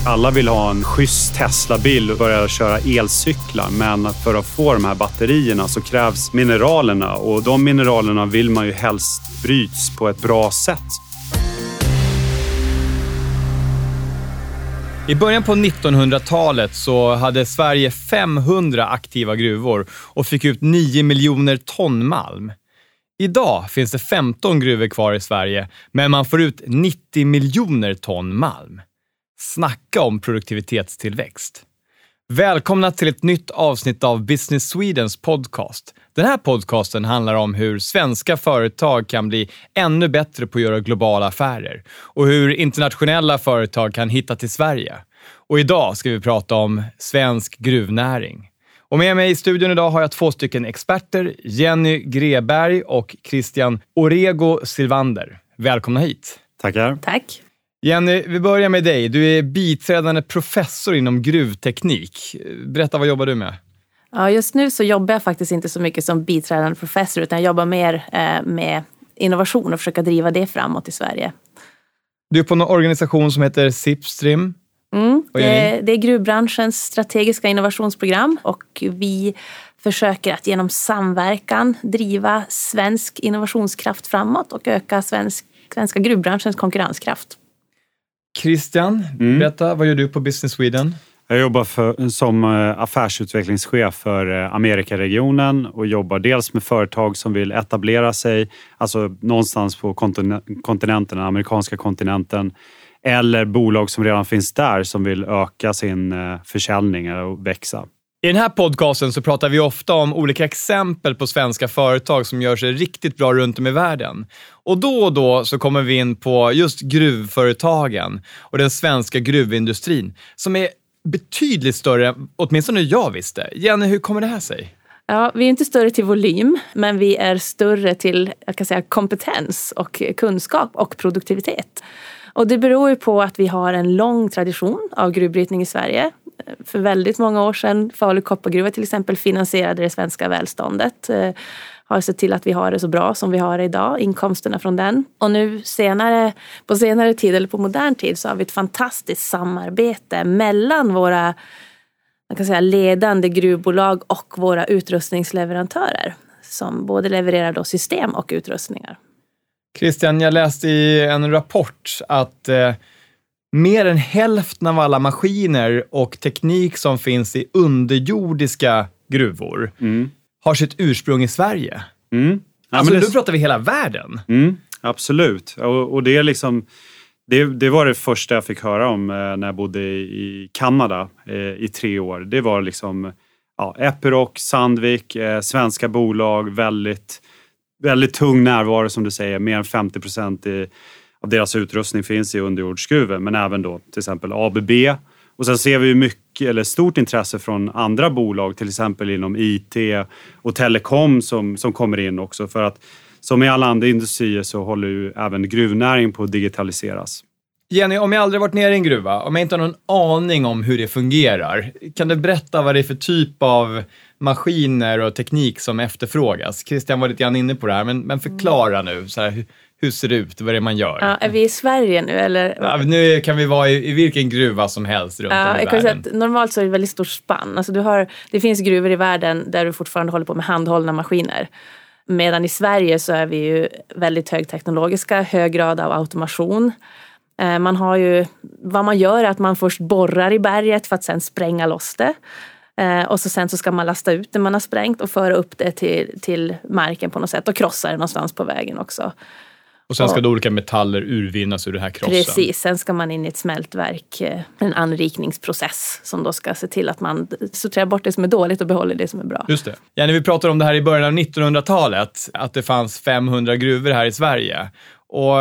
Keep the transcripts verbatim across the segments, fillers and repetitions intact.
Alla vill ha en schysst Tesla-bil och börja köra elcyklar. Men för att få de här batterierna så krävs mineralerna. Och de mineralerna vill man ju helst bryts på ett bra sätt. I början på nittonhundratalet så hade Sverige femhundra aktiva gruvor och fick ut nio miljoner ton malm. Idag finns det femton gruvor kvar i Sverige, men man får ut nittio miljoner ton malm. Snacka om produktivitetstillväxt. Välkomna till ett nytt avsnitt av Business Swedens podcast. Den här podcasten handlar om hur svenska företag kan bli ännu bättre på att göra globala affärer och hur internationella företag kan hitta till Sverige. Och idag ska vi prata om svensk gruvnäring. Och med mig i studion idag har jag två stycken experter, Jenny Greberg och Christian Orego Silvander. Välkomna hit. Tackar. Tack. Jenny, vi börjar med dig. Du är biträdande professor inom gruvteknik. Berätta, vad jobbar du med? Ja, just nu så jobbar jag faktiskt inte så mycket som biträdande professor, utan jag jobbar mer eh, med innovation och försöka driva det framåt i Sverige. Du är på en organisation som heter Sipstream. Mm, det, det är gruvbranschens strategiska innovationsprogram och vi försöker att genom samverkan driva svensk innovationskraft framåt och öka svensk, svenska gruvbranschens konkurrenskraft. Christian, mm. berätta, vad gör du på Business Sweden? Jag jobbar för, som affärsutvecklingschef för Amerikaregionen och jobbar dels med företag som vill etablera sig, alltså någonstans på kontinenten, den amerikanska kontinenten, eller bolag som redan finns där som vill öka sin försäljning och växa. I den här podcasten så pratar vi ofta om olika exempel på svenska företag som gör sig riktigt bra runt om i världen. Och då och då så kommer vi in på just gruvföretagen och den svenska gruvindustrin som är betydligt större, åtminstone jag visste. Jenny, hur kommer det här sig? Ja, vi är inte större till volym, men vi är större till, jag kan säga, kompetens och kunskap och produktivitet. Och det beror ju på att vi har en lång tradition av gruvbrytning i Sverige. För väldigt många år sedan, Falu koppargruva till exempel, finansierade det svenska välståndet. Har sett till att vi har det så bra som vi har det idag, inkomsterna från den. Och nu senare, på senare tid eller på modern tid så har vi ett fantastiskt samarbete mellan våra, man kan säga, ledande gruvbolag och våra utrustningsleverantörer som både levererar då system och utrustningar. Christian, jag läste i en rapport att eh, mer än hälften av alla maskiner och teknik som finns i underjordiska gruvor mm. har sitt ursprung i Sverige. Mm. Ja, alltså, men det... då pratar vi hela världen. Mm, absolut. Och, och det är liksom... Det, det var det första jag fick höra om eh, när jag bodde i, i Kanada eh, i tre år. Det var liksom ja, Epiroc, Sandvik, eh, svenska bolag, väldigt, väldigt tung närvaro som du säger. Mer än femtio procent i, av deras utrustning finns i underjordsgruvor, men även då till exempel A B B. Och sen ser vi ju mycket, eller stort intresse från andra bolag, till exempel inom I T och telekom som, som kommer in också. För att som i alla andra industrier så håller ju även gruvnäringen på att digitaliseras. Jenny, om jag aldrig varit nere i en gruva, om jag inte har någon aning om hur det fungerar, kan du berätta vad det är för typ av maskiner och teknik som efterfrågas? Christian var lite grann inne på det här, men, men förklara nu, så här, hur, hur ser det ut, vad är det man gör? Ja, är vi i Sverige nu? Eller? Ja, nu kan vi vara i, i vilken gruva som helst runt ja, om i jag kan världen. säga att normalt så är det väldigt stort spann. Alltså du har, det finns gruvor i världen där du fortfarande håller på med handhållna maskiner. Medan i Sverige så är vi ju väldigt högteknologiska, hög grad av automation. Man har ju, vad man gör är att man först borrar i berget för att sen spränga loss det. Och så sen så ska man lasta ut det man har sprängt och föra upp det till, till marken på något sätt och krossa det någonstans på vägen också. Och sen ska och, olika metaller urvinnas ur det här krossen. Precis, sen ska man in i ett smältverk, en anrikningsprocess som då ska se till att man sorterar bort det som är dåligt och behåller det som är bra. Just det. Ja, när vi pratade om det här i början av nittonhundratalet, att det fanns femhundra gruvor här i Sverige. Och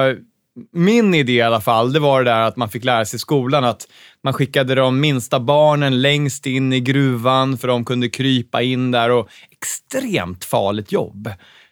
min idé i alla fall, det var det där att man fick lära sig i skolan att man skickade de minsta barnen längst in i gruvan för de kunde krypa in där, och extremt farligt jobb.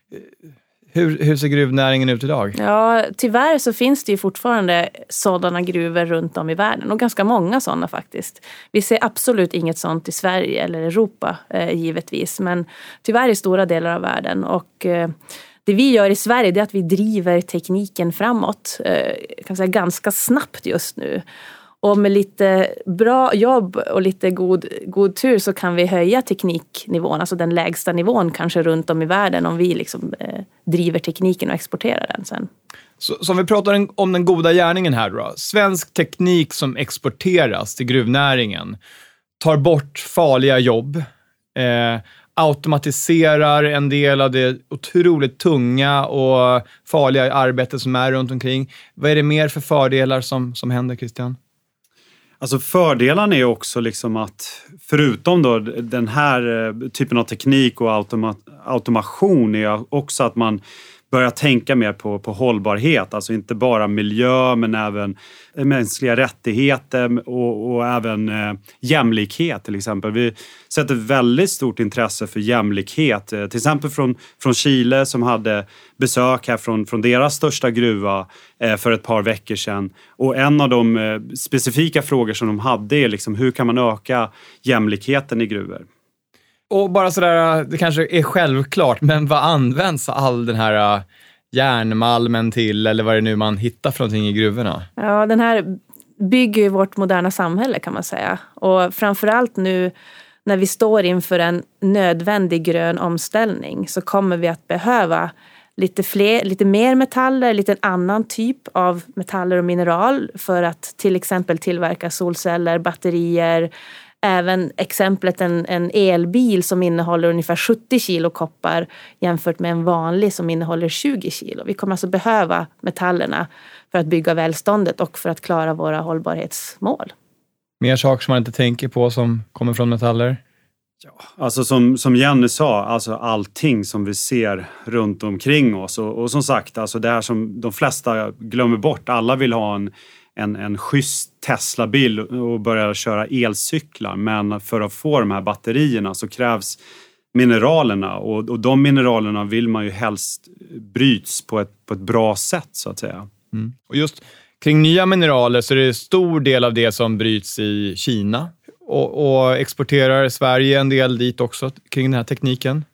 Hur, hur ser gruvnäringen ut idag? Ja, tyvärr så finns det ju fortfarande sådana gruvor runt om i världen. Och ganska många sådana faktiskt. Vi ser absolut inget sånt i Sverige eller Europa eh, givetvis. Men tyvärr i stora delar av världen. Och eh, det vi gör i Sverige, det är att vi driver tekniken framåt. Eh, kan säga ganska snabbt just nu. Och med lite bra jobb och lite god, god tur så kan vi höja tekniknivån, alltså den lägsta nivån kanske runt om i världen om vi liksom, eh, driver tekniken och exporterar den sen. Så, så om vi pratar om den goda gärningen här då. Svensk teknik som exporteras till gruvnäringen tar bort farliga jobb, eh, automatiserar en del av det otroligt tunga och farliga arbetet som är runt omkring. Vad är det mer för fördelar som, som händer, Christian? Alltså fördelarna är också liksom att förutom då den här typen av teknik och automa- automation är också att man börjar tänka mer på, på hållbarhet. Alltså inte bara miljö men även mänskliga rättigheter och, och även eh, jämlikhet till exempel. Vi sätter väldigt stort intresse för jämlikhet. Eh, till exempel från, från Chile som hade besök här från, från deras största gruva eh, för ett par veckor sedan. Och en av de eh, specifika frågor som de hade är liksom, hur kan man öka jämlikheten i gruvor? Och bara sådär, det kanske är självklart, men vad används all den här uh, järnmalmen till, eller vad det nu man hittar för någonting i gruvorna? Ja, den här bygger ju vårt moderna samhälle kan man säga. Och framförallt nu när vi står inför en nödvändig grön omställning så kommer vi att behöva lite, fler, lite mer metaller, lite en annan typ av metaller och mineral för att till exempel tillverka solceller, batterier. Även exemplet en, en elbil som innehåller ungefär sjuttio kilo koppar jämfört med en vanlig som innehåller tjugo kilo. Vi kommer alltså behöva metallerna för att bygga välståndet och för att klara våra hållbarhetsmål. Mer saker som man inte tänker på som kommer från metaller? Ja, alltså som, som Jenny sa, alltså allting som vi ser runt omkring oss. Och, och som sagt, alltså det här som de flesta glömmer bort. Alla vill ha en En, en schysst Tesla-bil och börja köra elcyklar. Men för att få de här batterierna så krävs mineralerna. Och, och de mineralerna vill man ju helst bryts på ett, på ett bra sätt så att säga. Mm. Och just kring nya mineraler så är det en stor del av det som bryts i Kina. Och, och exporterar Sverige en del dit också kring den här tekniken.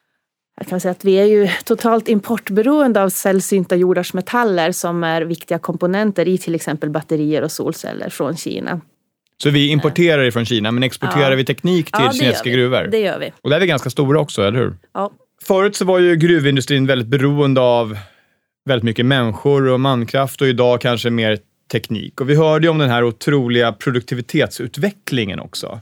Jag kan säga att vi är ju totalt importberoende av sällsynta jordartsmetaller som är viktiga komponenter i till exempel batterier och solceller från Kina. Så vi importerar ifrån Kina men exporterar ja. vi teknik till ja, kinesiska gruvor? Det gör vi. Och det är vi ganska stora också, eller hur? Ja. Förut så var ju gruvindustrin väldigt beroende av väldigt mycket människor och mankraft och idag kanske mer teknik. Och vi hörde ju om den här otroliga produktivitetsutvecklingen också.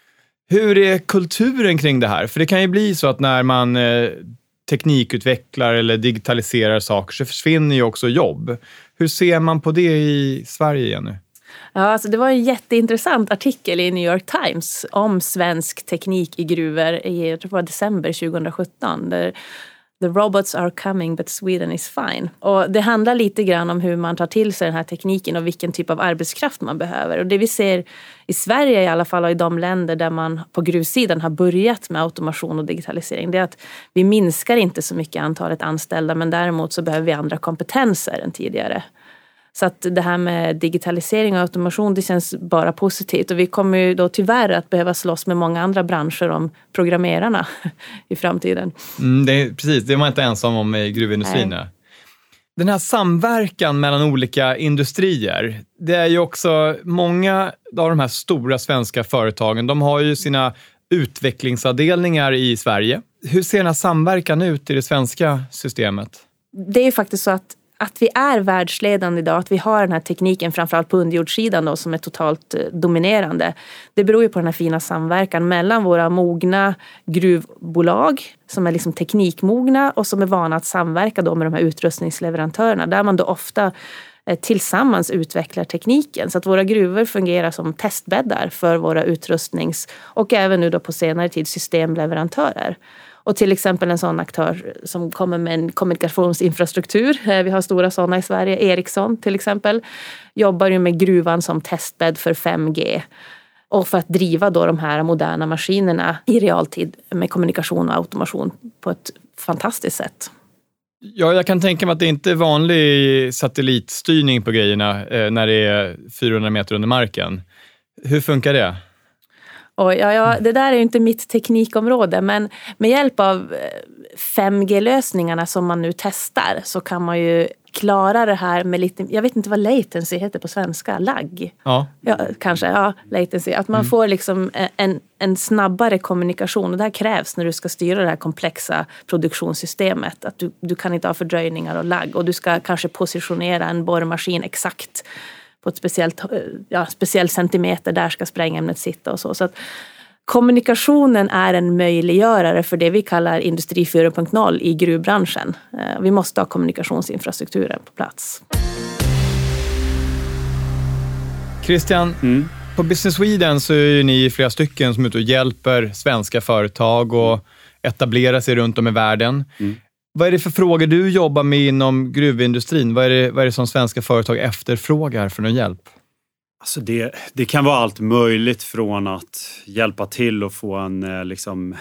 Hur är kulturen kring det här? För det kan ju bli så att när man eh, teknikutvecklar eller digitaliserar saker så försvinner ju också jobb. Hur ser man på det i Sverige igen nu? Ja, alltså det var en jätteintressant artikel i New York Times om svensk teknik i gruvor i jag tror det var december tjugosjutton där The robots are coming but Sweden is fine. Och det handlar lite grann om hur man tar till sig den här tekniken och vilken typ av arbetskraft man behöver. Och det vi ser i Sverige i alla fall och i de länder där man på gruvsidan har börjat med automation och digitalisering, det är att vi minskar inte så mycket antalet anställda men däremot så behöver vi andra kompetenser än tidigare. Så att det här med digitalisering och automation, det känns bara positivt. Och vi kommer ju då tyvärr att behöva slåss med många andra branscher om programmerarna i framtiden. Mm, det är, precis, det är man inte ensam om i gruvindustrin. Nej. Den här samverkan mellan olika industrier, det är ju också många av de här stora svenska företagen, de har ju sina utvecklingsavdelningar i Sverige. Hur ser den här samverkan ut i det svenska systemet? Det är ju faktiskt så att Att vi är världsledande idag, att vi har den här tekniken framförallt på underjordssidan då, som är totalt dominerande. Det beror ju på den här fina samverkan mellan våra mogna gruvbolag som är liksom teknikmogna och som är vana att samverka då med de här utrustningsleverantörerna. Där man då ofta tillsammans utvecklar tekniken. Så att våra gruvor fungerar som testbäddar för våra utrustnings- och även nu då på senare tid systemleverantörer. Och till exempel en sån aktör som kommer med en kommunikationsinfrastruktur. Vi har stora sådana i Sverige. Ericsson till exempel jobbar ju med gruvan som testbädd för fem G. Och för att driva då de här moderna maskinerna i realtid med kommunikation och automation på ett fantastiskt sätt. Ja, jag kan tänka mig att det inte är vanlig satellitstyrning på grejerna eh, när det är fyrahundra meter under marken. Hur funkar det? Och ja, ja, det där är ju inte mitt teknikområde, men med hjälp av fem G-lösningarna som man nu testar så kan man ju klara det här med lite, jag vet inte vad latency heter på svenska, lag. Ja. Ja, kanske, ja, latency. Att man mm. får liksom en, en snabbare kommunikation och det här krävs när du ska styra det här komplexa produktionssystemet. Att du, du kan inte ha fördröjningar och lag och du ska kanske positionera en borrmaskin exakt på ett speciellt, ja, speciell centimeter, där ska sprängämnet sitta och så. Så att kommunikationen är en möjliggörare för det vi kallar industri fyra punkt noll i gruvbranschen. Vi måste ha kommunikationsinfrastrukturen på plats. Christian, mm. på Business Sweden så är ni flera stycken som är ute och hjälper svenska företag och etablera sig runt om i världen. Mm. Vad är det för frågor du jobbar med inom gruvindustrin? Vad är det, vad är det som svenska företag efterfrågar för någon hjälp? Alltså det, det kan vara allt möjligt från att hjälpa till och få en liksom,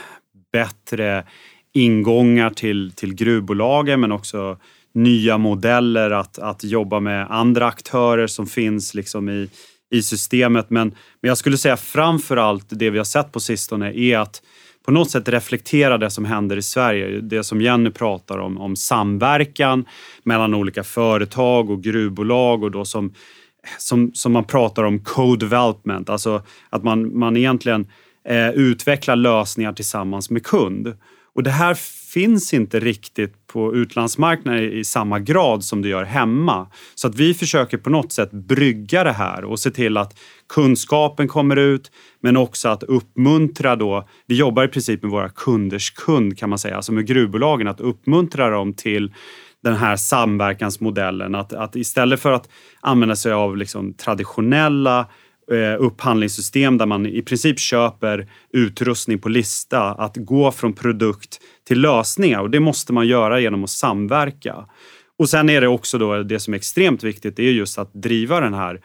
bättre ingångar till, till gruvbolagen, men också nya modeller att, att jobba med andra aktörer som finns liksom i, i systemet. Men, men jag skulle säga framförallt det vi har sett på sistone är att på något sätt reflektera det som händer i Sverige. Det som Jenny pratar om, om samverkan mellan olika företag och gruvbolag och då som Som, som man pratar om co-development, alltså att man, man egentligen eh, utvecklar lösningar tillsammans med kund. Och det här finns inte riktigt på utlandsmarknaden i samma grad som det gör hemma. Så att vi försöker på något sätt brygga det här och se till att kunskapen kommer ut, men också att uppmuntra då, vi jobbar i princip med våra kunders kund kan man säga, alltså med gruvbolagen, att uppmuntra dem till den här samverkansmodellen. Att, att istället för att använda sig av liksom traditionella eh, upphandlingssystem där man i princip köper utrustning på lista, att gå från produkt till lösningar. Och det måste man göra genom att samverka. Och sen är det också då det som är extremt viktigt, det är just att driva den här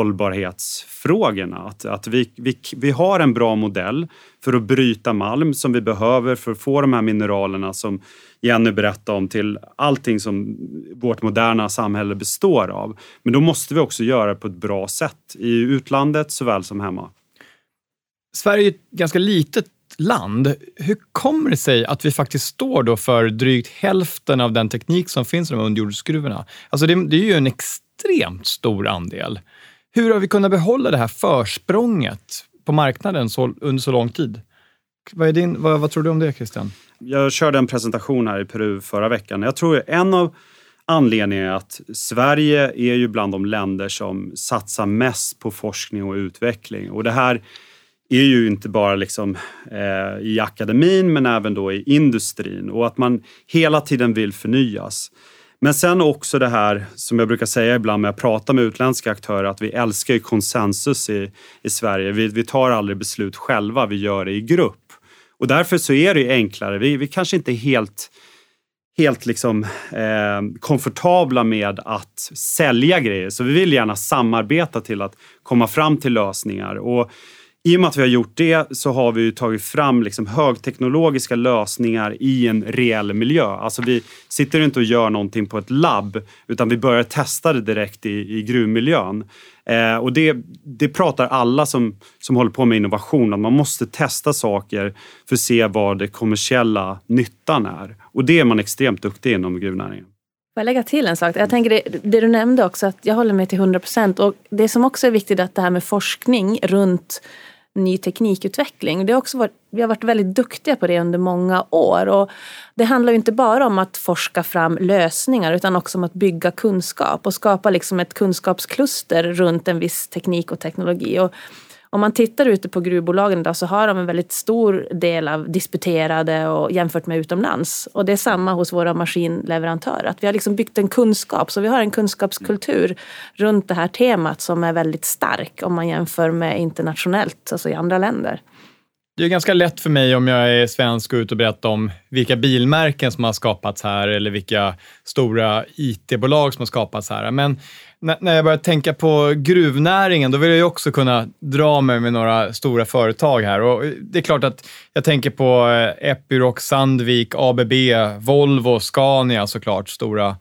hållbarhetsfrågorna. Att, att vi, vi, vi har en bra modell för att bryta malm som vi behöver för att få de här mineralerna som Jenny berättade om till allting som vårt moderna samhälle består av. Men då måste vi också göra det på ett bra sätt i utlandet såväl som hemma. Sverige är ett ganska litet land. Hur kommer det sig att vi faktiskt står då för drygt hälften av den teknik som finns i de underjordsgruvorna? Alltså det, det är ju en extremt stor andel. Hur har vi kunnat behålla det här försprånget på marknaden så, under så lång tid? Vad, är din, vad, vad tror du om det, Christian? Jag körde en presentation här i Peru förra veckan. Jag tror en av anledningarna är att Sverige är ju bland de länder som satsar mest på forskning och utveckling. Och det här är ju inte bara liksom, eh, i akademin men även då i industrin. Och att man hela tiden vill förnyas. Men sen också det här som jag brukar säga ibland när jag pratar med utländska aktörer, att vi älskar ju konsensus i, i Sverige. Vi, vi tar aldrig beslut själva, vi gör det i grupp. Och därför så är det ju enklare. Vi, vi kanske inte är helt, helt liksom, eh, komfortabla med att sälja grejer. Så vi vill gärna samarbeta till att komma fram till lösningar. Och i och med att vi har gjort det så har vi ju tagit fram liksom högteknologiska lösningar i en reell miljö. Alltså vi sitter inte och gör någonting på ett labb utan vi börjar testa det direkt i, i gruvmiljön. Eh, och det, det pratar alla som, som håller på med innovation, att man måste testa saker för att se vad det kommersiella nyttan är. Och det är man extremt duktig inom gruvnäringen. Får jag lägga till en sak? Jag tänker det, det du nämnde också, att jag håller med till hundra procent. Och det som också är viktigt är att det här med forskning runt ny teknikutveckling. Det har också varit, vi har varit väldigt duktiga på det under många år. Och det handlar ju inte bara om att forska fram lösningar utan också om att bygga kunskap och skapa liksom ett kunskapskluster runt en viss teknik och teknologi. Och om man tittar ute på gruvbolagen idag så har de en väldigt stor del av disputerade och jämfört med utomlands. Och det är samma hos våra maskinleverantörer. Att vi har liksom byggt en kunskap, så vi har en kunskapskultur runt det här temat som är väldigt stark om man jämför med internationellt, alltså i andra länder. Det är ganska lätt för mig om jag är svensk och ut och berätta om vilka bilmärken som har skapats här eller vilka stora I T-bolag som har skapats här. Men när jag börjar tänka på gruvnäringen, då vill jag ju också kunna dra mig med några stora företag här. Och det är klart att jag tänker på Epiroc, Sandvik, A B B, Volvo, Scania såklart, stora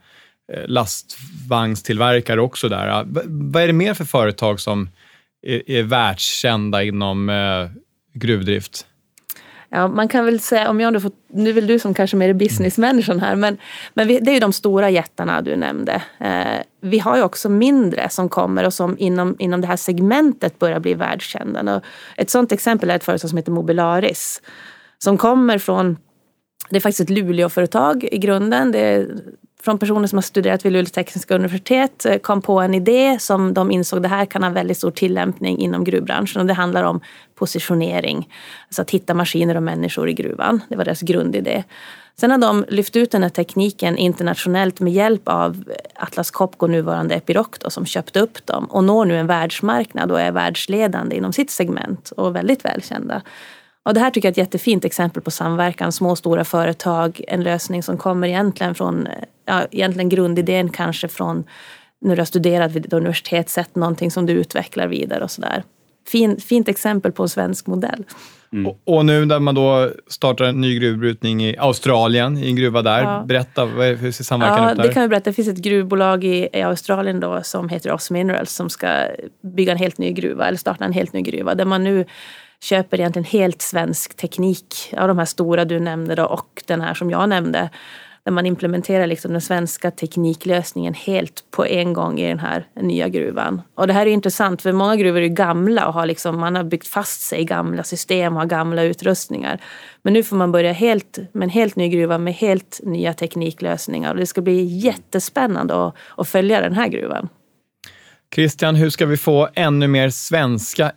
lastvagnstillverkare också där. Vad är det mer för företag som är, är världskända inom gruvdrift? Ja, man kan väl säga, om jag nu får, nu är väl du som kanske mer är businessmänniskan här, men, men vi, det är ju de stora jättarna du nämnde. Eh, vi har ju också mindre som kommer och som inom, inom det här segmentet börjar bli världskända. Och ett sådant exempel är ett företag som heter Mobilaris, som kommer från, det är faktiskt ett Luleå-företag i grunden, det är från personer som har studerat vid Luleå tekniska universitet, kom på en idé som de insåg det här kan ha väldigt stor tillämpning inom gruvbranschen. Och det handlar om positionering, alltså att hitta maskiner och människor i gruvan. Det var deras grundidé. Sen har de lyft ut den här tekniken internationellt med hjälp av Atlas Copco, nuvarande Epiroc då, som köpte upp dem och når nu en världsmarknad och är världsledande inom sitt segment och väldigt välkända. Och det här tycker jag är ett jättefint exempel på samverkan, små och stora företag, en lösning som kommer egentligen från, ja, egentligen grundidén kanske från när du har studerat vid ett universitet, sett någonting som du utvecklar vidare och sådär. Fin, fint exempel på en svensk modell. Mm. Och, och nu när man då startar en ny gruvbrytning i Australien, i en gruva där, ja. Berätta, hur ser samverkan ja, ut där? Det kan vi berätta. Det finns ett gruvbolag i, i Australien då som heter Oz Minerals som ska bygga en helt ny gruva, eller starta en helt ny gruva, där man nu köper egentligen helt svensk teknik av de här stora du nämnde då, och den här som jag nämnde, där man implementerar liksom den svenska tekniklösningen helt på en gång i den här nya gruvan. Och det här är intressant för många gruvor är gamla och har liksom, man har byggt fast sig i gamla system och har gamla utrustningar. Men nu får man börja helt, med en helt ny gruva med helt nya tekniklösningar och det ska bli jättespännande att, att följa den här gruvan. Christian, hur ska vi få ännu mer svenska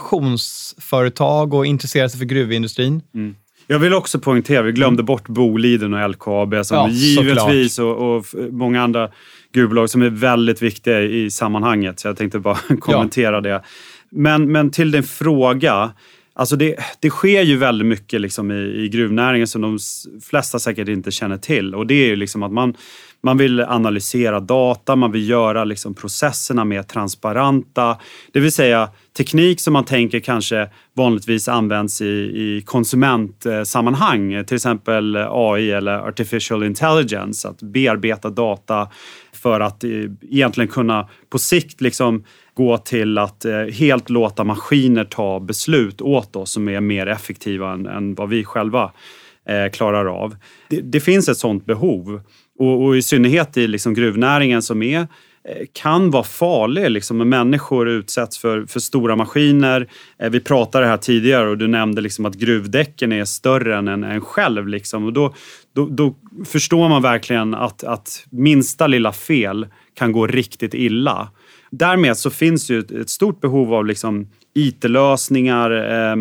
innovationsföretag och intressera sig för gruvindustrin? Mm. Jag vill också poängtera, vi glömde bort Boliden och L K A B som ja, givetvis och, och många andra gruvbolag som är väldigt viktiga i sammanhanget. Så jag tänkte bara kommentera ja. det. Men, men till din fråga, alltså det, det sker ju väldigt mycket liksom i, i gruvnäringen som de flesta säkert inte känner till. Och det är ju liksom att man, man vill analysera data, man vill göra liksom processerna mer transparenta. Det vill säga teknik som man tänker kanske vanligtvis används i, i konsumentsammanhang. Till exempel A I eller artificial intelligence, att bearbeta data för att egentligen kunna på sikt liksom gå till att helt låta maskiner ta beslut åt oss som är mer effektiva än, än vad vi själva eh, klarar av. Det, det finns ett sådant behov och, och i synnerhet i liksom gruvnäringen som är kan vara farlig liksom, när människor utsätts för, för stora maskiner. Eh, vi pratade här tidigare och du nämnde liksom att gruvdäcken är större än en, en själv. Liksom. Och då, då, då förstår man verkligen att, att minsta lilla fel kan gå riktigt illa. Därmed så finns ju ett, ett stort behov av liksom I T-lösningar, eh,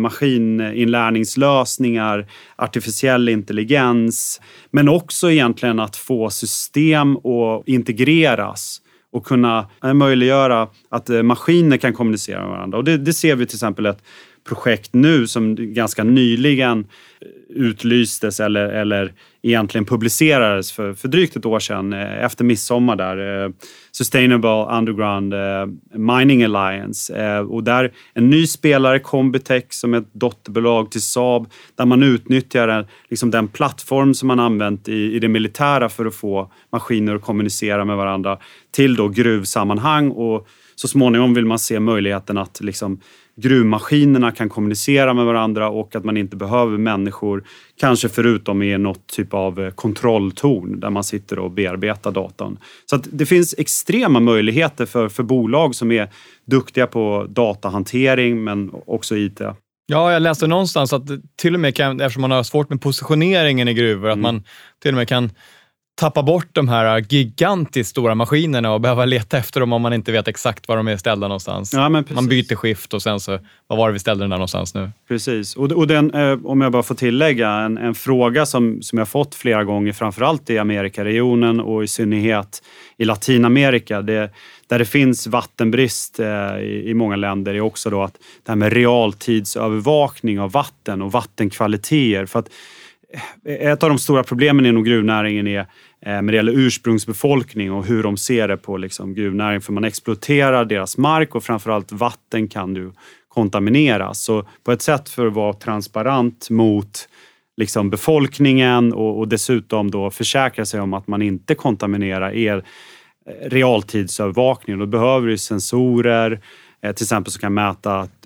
maskininlärningslösningar, artificiell intelligens. Men också egentligen att få system att integreras och kunna möjliggöra att maskiner kan kommunicera med varandra. Och det, det ser vi till exempel ett projekt nu som ganska nyligen utlystes eller, eller egentligen publicerades för, för drygt ett år sedan efter midsommar där. Sustainable Underground Mining Alliance. Och där en ny spelare, Combitech, som är ett dotterbolag till Saab, där man utnyttjar liksom den plattform som man använt i, i det militära för att få maskiner att kommunicera med varandra till då gruvsammanhang. Och så småningom vill man se möjligheten att liksom gruvmaskinerna kan kommunicera med varandra och att man inte behöver människor, kanske förutom i något typ av kontrolltorn där man sitter och bearbetar datan. Så att det finns extrema möjligheter för, för bolag som är duktiga på datahantering men också I T. Ja, jag läste någonstans att till och med kan, eftersom man har svårt med positioneringen i gruvor, mm. att man till och med kan tappa bort de här gigantiskt stora maskinerna och behöva leta efter dem om man inte vet exakt var de är ställda någonstans. Ja, man byter skift och sen så, vad var det vi ställde den där någonstans nu? Precis, och, och den, eh, om jag bara får tillägga, en, en fråga som, som jag fått flera gånger, framförallt i Amerikaregionen och i synnerhet i Latinamerika, det, där det finns vattenbrist eh, i, i många länder, är också då att det här med realtidsövervakning av vatten och vattenkvaliteter. För att ett av de stora problemen inom gruvnäringen är med det gäller ursprungsbefolkning och hur de ser det på liksom gruvnäringen. För man exploaterar deras mark och framförallt vatten kan du kontaminera. Så på ett sätt för att vara transparent mot liksom befolkningen och, och dessutom då försäkra sig om att man inte kontaminerar er realtidsövervakning. Då behöver du sensorer till exempel som kan mäta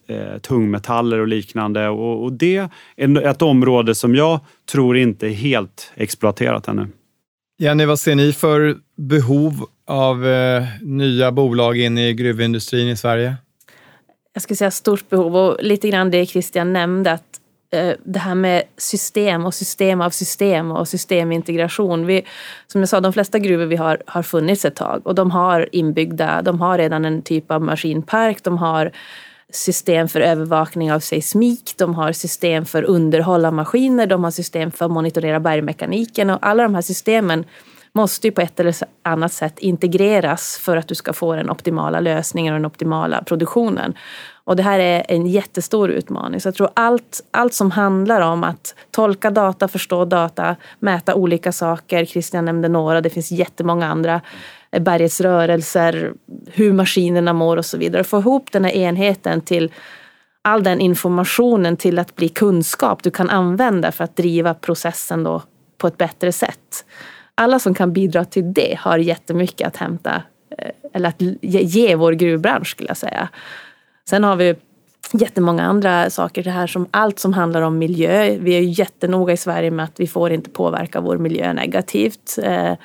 eh, tungmetaller och liknande. Och, och det är ett område som jag tror inte är helt exploaterat ännu. Jenny, vad ser ni för behov av eh, nya bolag in i gruvindustrin i Sverige? Jag skulle säga stort behov, och lite grann det Christian nämnde, att eh, det här med system och system av system och systemintegration. Vi, som jag sa, de flesta gruvor vi har har funnits ett tag, och de har inbyggda, de har redan en typ av maskinpark, de har system för övervakning av seismik, de har system för underhåll av maskiner, de har system för att monitorera bergmekaniken, och alla de här systemen måste ju på ett eller annat sätt integreras för att du ska få den optimala lösningen och den optimala produktionen. Och det här är en jättestor utmaning. Så jag tror allt, allt som handlar om att tolka data, förstå data, mäta olika saker, Christian nämnde några, det finns jättemånga andra, bergets rörelser, hur maskinerna mår och så vidare. Få ihop den här enheten till all den informationen till att bli kunskap du kan använda för att driva processen då på ett bättre sätt. Alla som kan bidra till det har jättemycket att hämta, eller att ge vår gruvbransch, skulle jag säga. Sen har vi jättemånga andra saker, det här som allt som handlar om miljö. Vi är ju jättenoga i Sverige med att vi får inte påverka vår miljö negativt.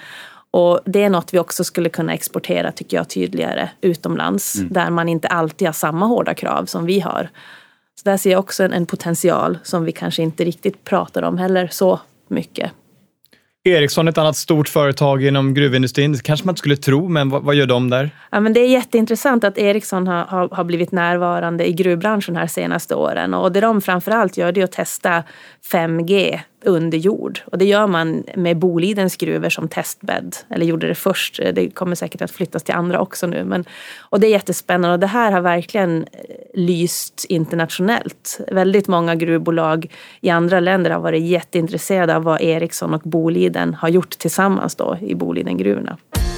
Och det är något vi också skulle kunna exportera, tycker jag, tydligare utomlands. Mm. Där man inte alltid har samma hårda krav som vi har. Så där ser jag också en, en potential som vi kanske inte riktigt pratar om heller så mycket. Ericsson, ett annat stort företag inom gruvindustrin. Det kanske man inte skulle tro, men vad, vad gör de där? Ja, men det är jätteintressant att Ericsson har, har, har blivit närvarande i gruvbranschen här senaste åren. Och det de framförallt gör, det är att testa fem G under jord. Och det gör man med Bolidens gruvor som testbädd. Eller gjorde det först. Det kommer säkert att flyttas till andra också nu. Men, och det är jättespännande. Och det här har verkligen lyst internationellt. Väldigt många gruvbolag i andra länder har varit jätteintresserade av vad Ericsson och Boliden har gjort tillsammans då i Bolidengruvorna.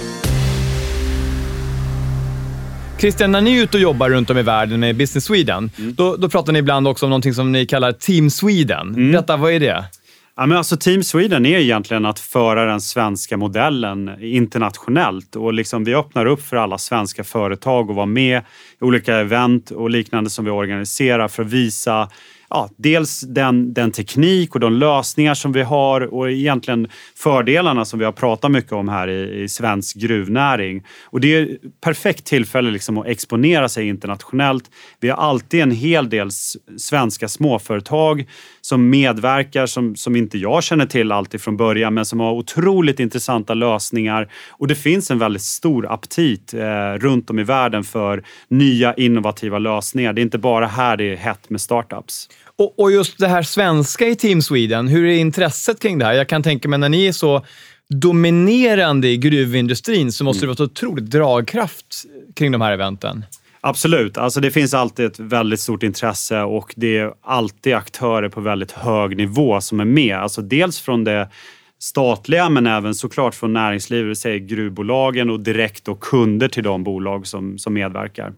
Christian, när ni är ute och jobbar runt om i världen med Business Sweden, mm. då, då pratar ni ibland också om någonting som ni kallar Team Sweden. Mm. Detta, vad är det? Ja, men alltså Team Sweden är egentligen att föra den svenska modellen internationellt. Och liksom vi öppnar upp för alla svenska företag att vara med i olika event och liknande som vi organiserar för att visa ja, dels den, den teknik och de lösningar som vi har och egentligen fördelarna som vi har pratat mycket om här i, i svensk gruvnäring. Och det är ett perfekt tillfälle liksom att exponera sig internationellt. Vi har alltid en hel del svenska småföretag som medverkar som, som inte jag känner till alltid från början, men som har otroligt intressanta lösningar. Och det finns en väldigt stor aptit eh, runt om i världen för nya innovativa lösningar. Det är inte bara här det är hett med startups. Och, och just det här svenska i Team Sweden, hur är intresset kring det här? Jag kan tänka mig när ni är så dominerande i gruvindustrin så måste mm. det vara så otroligt dragkraft kring de här eventen. Absolut, alltså det finns alltid ett väldigt stort intresse och det är alltid aktörer på väldigt hög nivå som är med. Alltså dels från det statliga men även såklart från näringslivet, det säger gruvbolagen och direkt och kunder till de bolag som, som medverkar.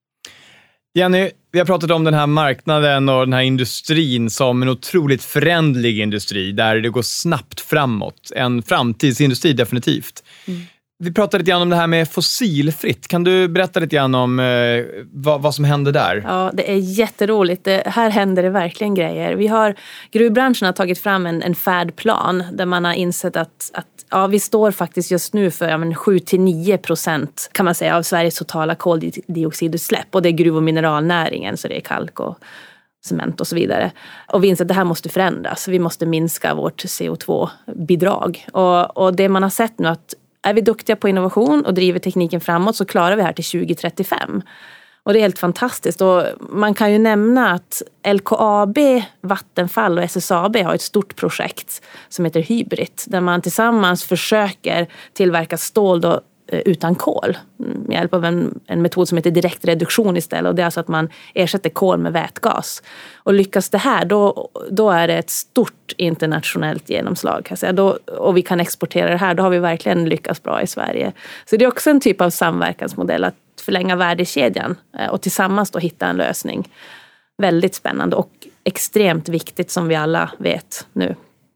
Jenny, vi har pratat om den här marknaden och den här industrin som en otroligt förändlig industri där det går snabbt framåt. En framtidsindustri definitivt. Mm. Vi pratade lite grann om det här med fossilfritt. Kan du berätta lite grann om eh, vad, vad som händer där? Ja, det är jätteroligt. Det, här händer det verkligen grejer. Vi har, gruvbranschen har tagit fram en, en färdplan där man har insett att, att ja, vi står faktiskt just nu för ja, sju till nio procent kan man säga av Sveriges totala koldioxidutsläpp. Och det är gruv- och mineralnäringen, så det är kalk och cement och så vidare. Och vi inser att det här måste förändras. Vi måste minska vårt C O två-bidrag. Och, och det man har sett nu att är vi duktiga på innovation och driver tekniken framåt så klarar vi här till tjugo trettiofem. Och det är helt fantastiskt. Och man kan ju nämna att L K A B, Vattenfall och S S A B har ett stort projekt som heter Hybrid. Där man tillsammans försöker tillverka stål då, utan kol. Med hjälp av en, en metod som heter direktreduktion istället. Och det är alltså att man ersätter kol med vätgas. Och lyckas det här, då, då är det ett stort internationellt genomslag. Kan jag säga. Då, och vi kan exportera det här, då har vi verkligen lyckats bra i Sverige. Så det är också en typ av samverkansmodell att förlänga värdekedjan och tillsammans då hitta en lösning. Väldigt spännande och extremt viktigt som vi alla vet nu.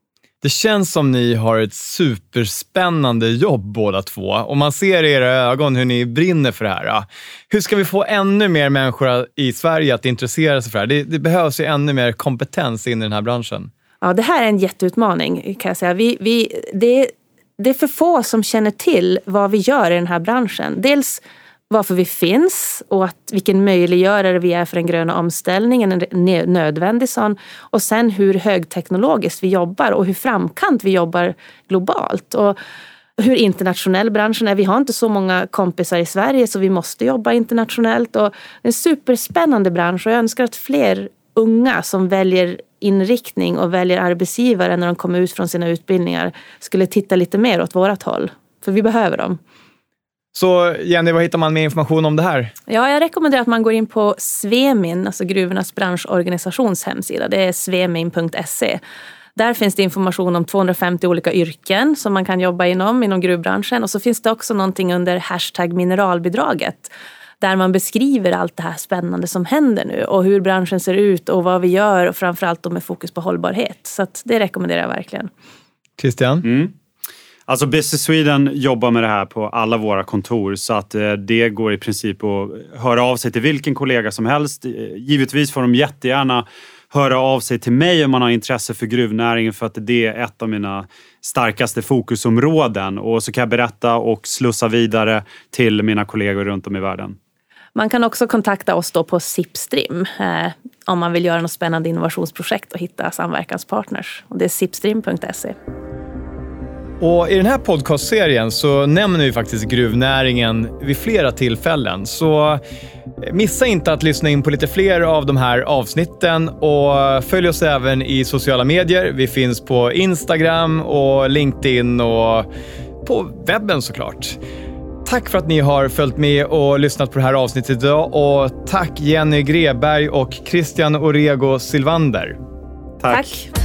Det känns som ni har ett superspännande jobb båda två. Och man ser i era ögon hur ni brinner för det här. Hur ska vi få ännu mer människor i Sverige att intressera sig för det här? Det, det behövs ju ännu mer kompetens in i den här branschen. Ja, det här är en jätteutmaning kan jag säga. Vi, vi, det, det är för få som känner till vad vi gör i den här branschen. Dels varför vi finns och att vilken möjliggörare vi är för den gröna omställningen, en nödvändig sån. Och sen hur högteknologiskt vi jobbar och hur framkant vi jobbar globalt. Och hur internationell branschen är. Vi har inte så många kompisar i Sverige så vi måste jobba internationellt. Och det är en superspännande bransch och jag önskar att fler unga som väljer inriktning och väljer arbetsgivare när de kommer ut från sina utbildningar skulle titta lite mer åt vårat håll. För vi behöver dem. Så Jenny, vad hittar man mer information om det här? Ja, jag rekommenderar att man går in på Svemin, alltså gruvornas branschorganisations hemsida. Det är svemin punkt se. Där finns det information om tvåhundrafemtio olika yrken som man kan jobba inom, inom gruvbranschen. Och så finns det också någonting under hashtag mineralbidraget. Där man beskriver allt det här spännande som händer nu. Och hur branschen ser ut och vad vi gör. Och framförallt då med fokus på hållbarhet. Så att det rekommenderar jag verkligen. Christian? Mm. Alltså Business Sweden jobbar med det här på alla våra kontor så att eh, det går i princip att höra av sig till vilken kollega som helst. Givetvis får de jättegärna höra av sig till mig om man har intresse för gruvnäringen för att det är ett av mina starkaste fokusområden. Och så kan jag berätta och slussa vidare till mina kollegor runt om i världen. Man kan också kontakta oss då på Zipstream eh, om man vill göra något spännande innovationsprojekt och hitta samverkanspartners. Och det är zipstream punkt se. Och i den här podcastserien så nämner vi faktiskt gruvnäringen vid flera tillfällen. Så missa inte att lyssna in på lite fler av de här avsnitten och följ oss även i sociala medier. Vi finns på Instagram och LinkedIn och på webben såklart. Tack för att ni har följt med och lyssnat på det här avsnittet idag och tack Jenny Greberg och Christian Orego Silvander. Tack. Tack.